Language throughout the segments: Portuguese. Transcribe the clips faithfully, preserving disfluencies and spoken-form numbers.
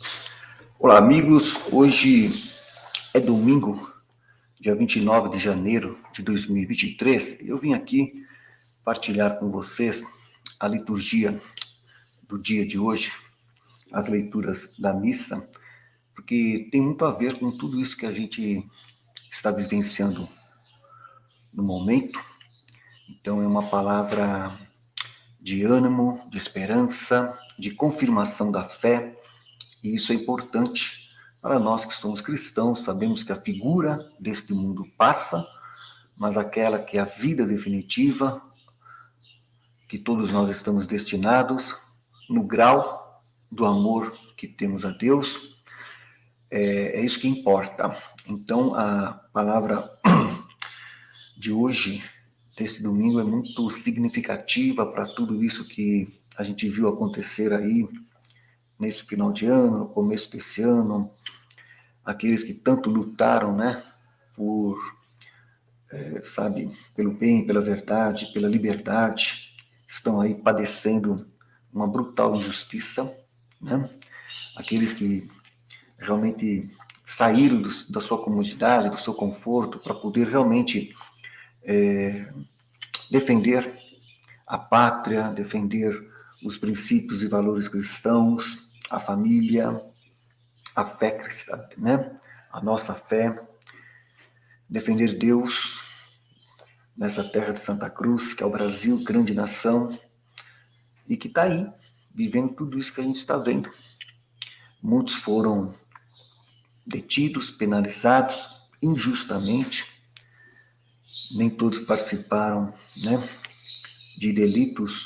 Olá, amigos. Hoje é domingo, dia vinte e nove de janeiro de dois mil e vinte e três. Eu vim aqui partilhar com vocês a liturgia do dia de hoje, as leituras da missa, porque tem muito a ver com tudo isso que a gente está vivenciando no momento. Então, é uma palavra de ânimo, de esperança, de confirmação da fé, e isso é importante para nós que somos cristãos. Sabemos que a figura deste mundo passa, mas aquela que é a vida definitiva, que todos nós estamos destinados, no grau do amor que temos a Deus, é, é isso que importa. Então, a palavra de hoje, desse domingo, é muito significativa para tudo isso que a gente viu acontecer aí nesse final de ano, no começo desse ano, aqueles que tanto lutaram, né, por, é, sabe, pelo bem, pela verdade, pela liberdade, estão aí padecendo uma brutal injustiça, né? Aqueles que realmente saíram do, da sua comodidade, do seu conforto, para poder realmente é, defender a pátria, defender os princípios e valores cristãos, a família, a fé cristã, né? A nossa fé, defender Deus nessa terra de Santa Cruz, que é o Brasil, grande nação, e que está aí, vivendo tudo isso que a gente está vendo. Muitos foram detidos, penalizados injustamente, nem todos participaram, né, de delitos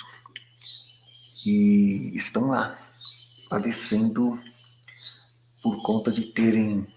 e estão lá, padecendo por conta de terem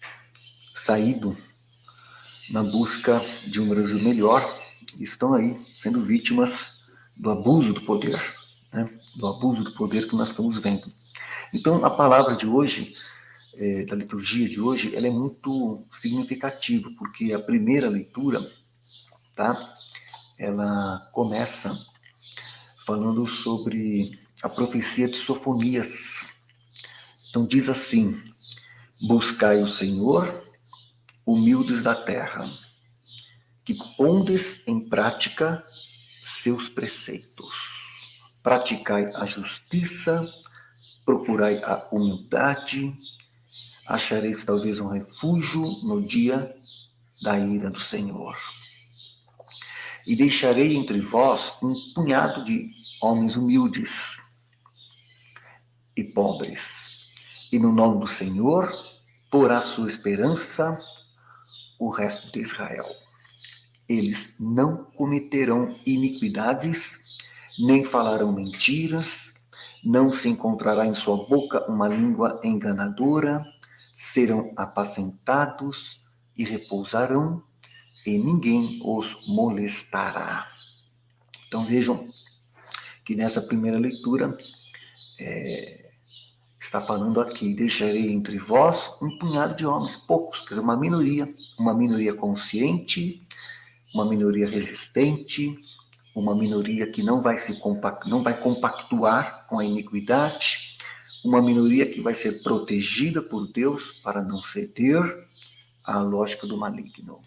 saído na busca de um Brasil melhor, e estão aí sendo vítimas do abuso do poder, né, do abuso do poder que nós estamos vendo. Então, a palavra de hoje, é, da liturgia de hoje, ela é muito significativa, porque a primeira leitura, tá, ela começa falando sobre a profecia de Sofonias. Então diz assim: buscai o Senhor, humildes da terra, que pondes em prática seus preceitos. Praticai a justiça, procurai a humildade, achareis talvez um refúgio no dia da ira do Senhor. E deixarei entre vós um punhado de homens humildes e pobres, e no nome do Senhor porá sua esperança o resto de Israel. Eles não cometerão iniquidades, nem falarão mentiras, não se encontrará em sua boca uma língua enganadora, serão apacentados e repousarão, e ninguém os molestará. Então vejam que nessa primeira leitura é, está falando aqui: deixarei entre vós um punhado de homens, poucos, quer dizer, uma minoria, uma minoria consciente, uma minoria resistente, uma minoria que não vai se compact, não vai compactuar com a iniquidade, uma minoria que vai ser protegida por Deus para não ceder à lógica do maligno.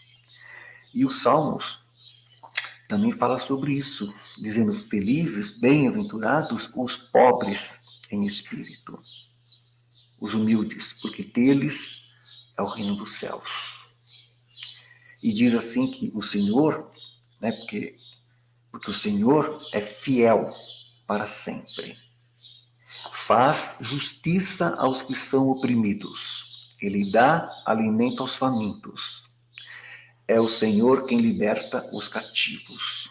E os Salmos também fala sobre isso, dizendo: felizes, bem-aventurados os pobres em espírito, os humildes, porque deles é o reino dos céus. E diz assim que o Senhor, né, porque, porque o Senhor é fiel para sempre. Faz justiça aos que são oprimidos. Ele dá alimento aos famintos. É o Senhor quem liberta os cativos.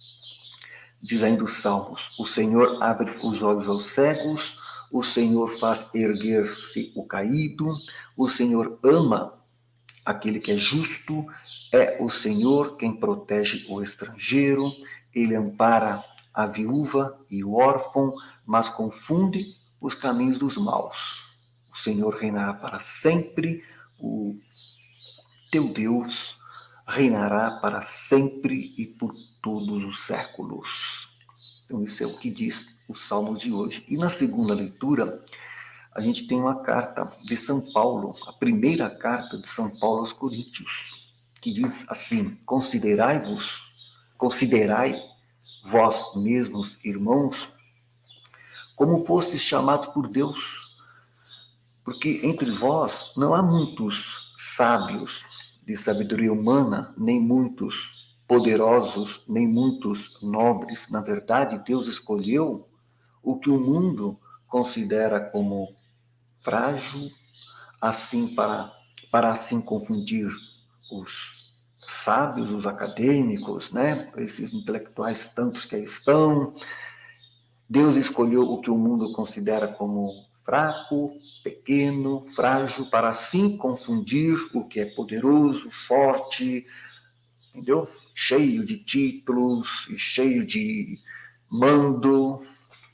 Diz ainda os Salmos: o Senhor abre os olhos aos cegos, o Senhor faz erguer-se o caído, o Senhor ama aquele que é justo, é o Senhor quem protege o estrangeiro, ele ampara a viúva e o órfão, mas confunde os caminhos dos maus. O Senhor reinará para sempre, o teu Deus reinará para sempre e por todos os séculos. Então isso é o que diz o Salmo de hoje. E na segunda leitura, a gente tem uma carta de São Paulo, a primeira carta de São Paulo aos Coríntios, que diz assim: considerai-vos, considerai vós mesmos, irmãos, como fostes chamados por Deus, porque entre vós não há muitos sábios de sabedoria humana, nem muitos poderosos, nem muitos nobres. Na verdade, Deus escolheu o que o mundo considera como frágil, assim para, para assim confundir os sábios, os acadêmicos, né? Esses intelectuais tantos que aí estão. Deus escolheu o que o mundo considera como fraco, pequeno, frágil, para assim confundir o que é poderoso, forte, entendeu? Cheio de títulos e cheio de mando.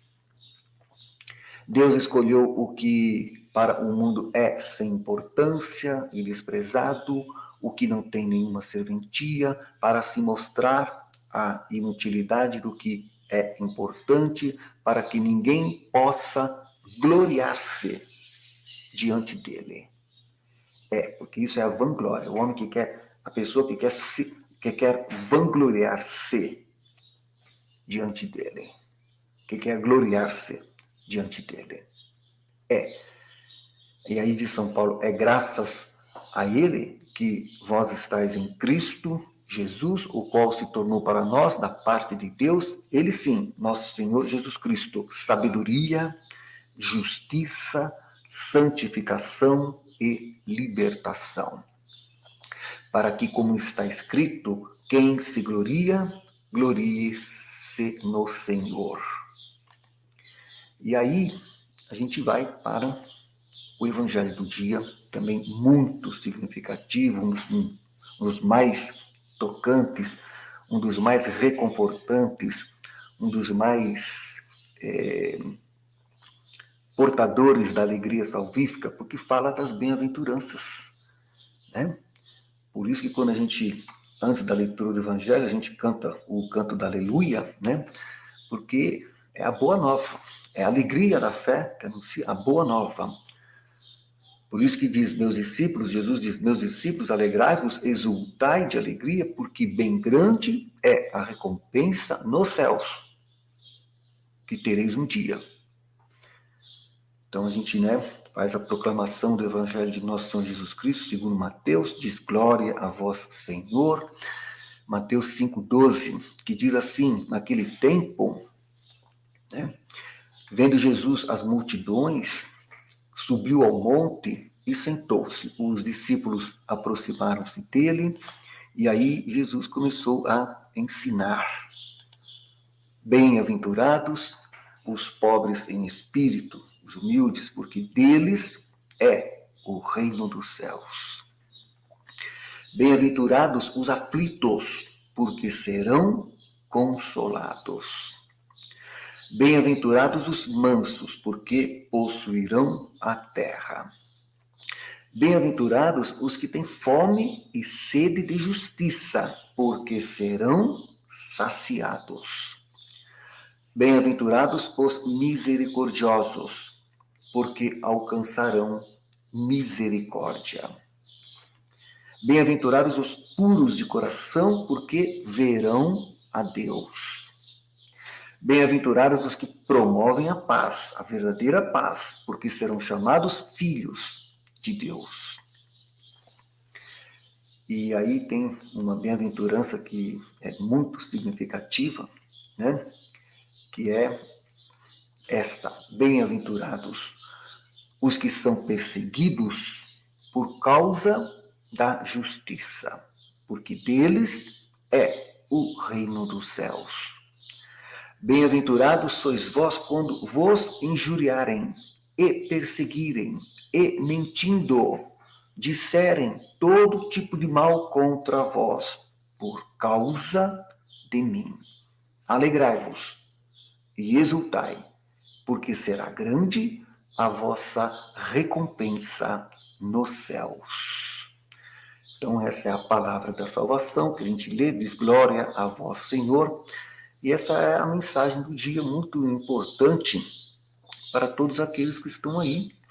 Deus escolheu o que para o mundo é sem importância e desprezado, o que não tem nenhuma serventia, para se mostrar a inutilidade do que é importante, para que ninguém possa gloriar-se diante dele. É, porque isso é a vanglória. O homem que quer, a pessoa que quer, se, que quer vangloriar-se diante dele, que quer gloriar-se diante dele. É. E aí diz São Paulo, é graças a ele que vós estáis em Cristo Jesus, o qual se tornou para nós, da parte de Deus, ele sim, nosso Senhor Jesus Cristo, sabedoria, justiça, santificação e libertação. Para que, como está escrito, quem se gloria, glorie-se no Senhor. E aí, a gente vai para o Evangelho do dia, também muito significativo, um dos, um dos mais tocantes, um dos mais reconfortantes, um dos mais é, portadores da alegria salvífica, porque fala das bem-aventuranças, né? Por isso que quando a gente, antes da leitura do Evangelho, a gente canta o canto da Aleluia, né? Porque é a boa nova, é a alegria da fé que anuncia a boa nova. Por isso que diz, meus discípulos, Jesus diz, meus discípulos, alegrai-vos, exultai de alegria, porque bem grande é a recompensa nos céus, que tereis um dia. Então a gente, né, faz a proclamação do Evangelho de nosso Senhor Jesus Cristo, segundo Mateus, diz glória a vós, Senhor. Mateus cinco, doze, que diz assim, naquele tempo, né, vendo Jesus as multidões, subiu ao monte e sentou-se. Os discípulos aproximaram-se dele e aí Jesus começou a ensinar. Bem-aventurados os pobres em espírito, os humildes, porque deles é o reino dos céus. Bem-aventurados os aflitos, porque serão consolados. Bem-aventurados os mansos, porque possuirão a terra. Bem-aventurados os que têm fome e sede de justiça, porque serão saciados. Bem-aventurados os misericordiosos, porque alcançarão misericórdia. Bem-aventurados os puros de coração, porque verão a Deus. Bem-aventurados os que promovem a paz, a verdadeira paz, porque serão chamados filhos de Deus. E aí tem uma bem-aventurança que é muito significativa, né? Que é esta: bem-aventurados os que são perseguidos por causa da justiça, porque deles é o reino dos céus. Bem-aventurados sois vós quando vos injuriarem e perseguirem e mentindo disserem todo tipo de mal contra vós por causa de mim. Alegrai-vos e exultai, porque será grande a vossa recompensa nos céus. Então essa é a palavra da salvação que a gente lê, diz glória a vós, Senhor. E essa é a mensagem do dia, muito importante para todos aqueles que estão aí,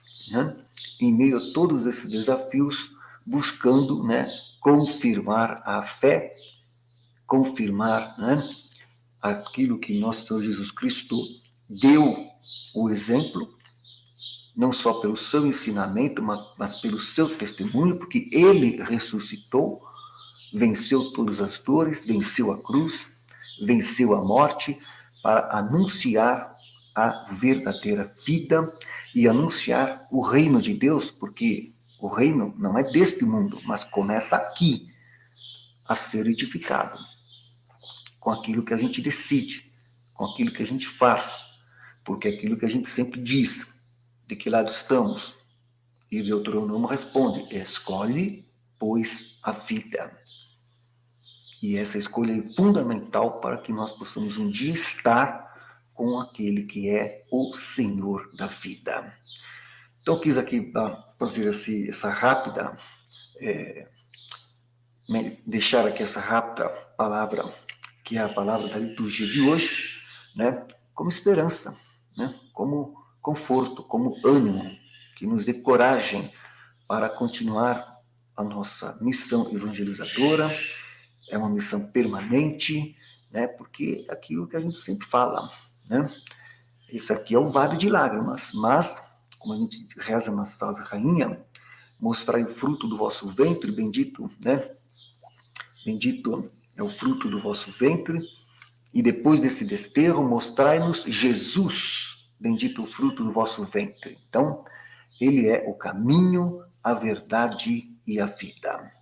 né, em meio a todos esses desafios, buscando, né, confirmar a fé, confirmar, né, aquilo que nosso Senhor Jesus Cristo deu o exemplo, não só pelo seu ensinamento, mas, mas pelo seu testemunho, porque ele ressuscitou, venceu todas as dores, venceu a cruz, venceu a morte, para anunciar a verdadeira vida e anunciar o reino de Deus, porque o reino não é deste mundo, mas começa aqui a ser edificado, com aquilo que a gente decide, com aquilo que a gente faz, porque é aquilo que a gente sempre diz, de que lado estamos? E Deuteronômio responde, escolhe, pois, a vida. E essa escolha é fundamental para que nós possamos um dia estar com aquele que é o Senhor da vida. Então, eu quis aqui fazer esse, essa rápida, é, deixar aqui essa rápida palavra, que é a palavra da liturgia de hoje, né, como esperança, né, como conforto, como ânimo, que nos dê coragem para continuar a nossa missão evangelizadora. É uma missão permanente, né, porque é aquilo que a gente sempre fala, né, isso aqui é o vale de lágrimas, mas, como a gente reza na Salve Rainha, mostrai o fruto do vosso ventre, bendito, né, bendito é o fruto do vosso ventre, e depois desse desterro, mostrai-nos Jesus, bendito o fruto do vosso ventre. Então, ele é o caminho, a verdade e a vida.